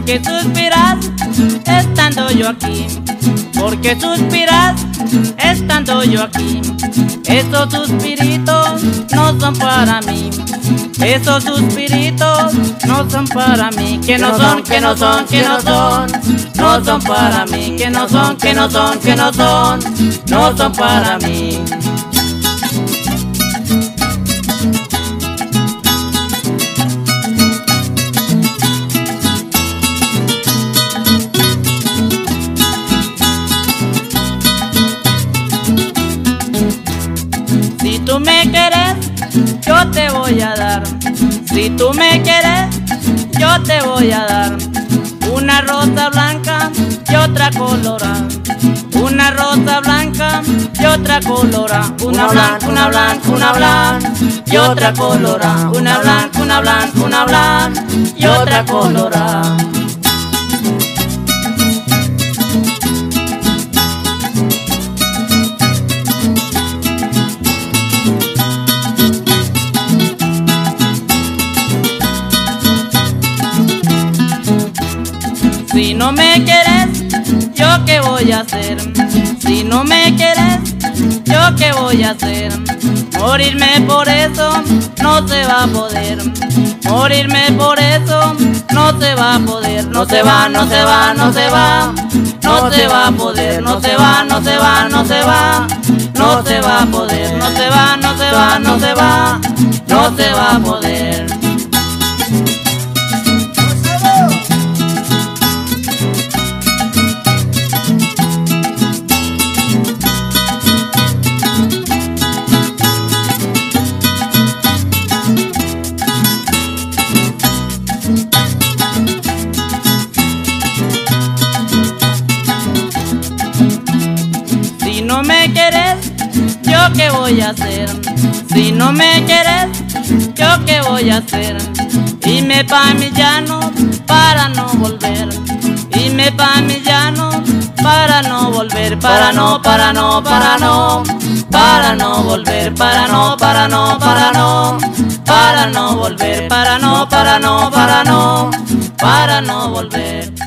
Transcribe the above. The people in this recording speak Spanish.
porque suspiras estando yo aquí, porque suspiras estando yo aquí. Esos suspiritos no son para mí, esos suspiritos no son para mí, que no son, que no son, que no son, no son para mí, que no son, que no son, que no son, no son para mí. Si tú me quieres, yo te voy a dar. Si tú me quieres, yo te voy a dar una rosa blanca y otra colorada. Una rosa blanca y otra colorada. Una blanca, una blanca, una blanca y otra colorada. Una blanca, una blanca, una blanca y otra colorada. Si no me quieres, ¿yo qué voy a hacer? Si no me quieres, ¿yo qué voy a hacer? Morirme por eso no se va a poder. Morirme por eso no se va a poder. No se va, no se va, no se va. No se va a poder. No se va, no se va, no se va. No se va a poder. No se va, no se va, no se va. No se va a poder. Si no me quieres, ¿yo qué voy a hacer? Si no me quieres, ¿yo qué voy a hacer? Irme pa' mi llano para no volver. Irme pa' mi llano para no volver. Para no, para no, para no. Para no volver, para no, para no, para no. Para no volver, para no, para no, para no. Para no volver.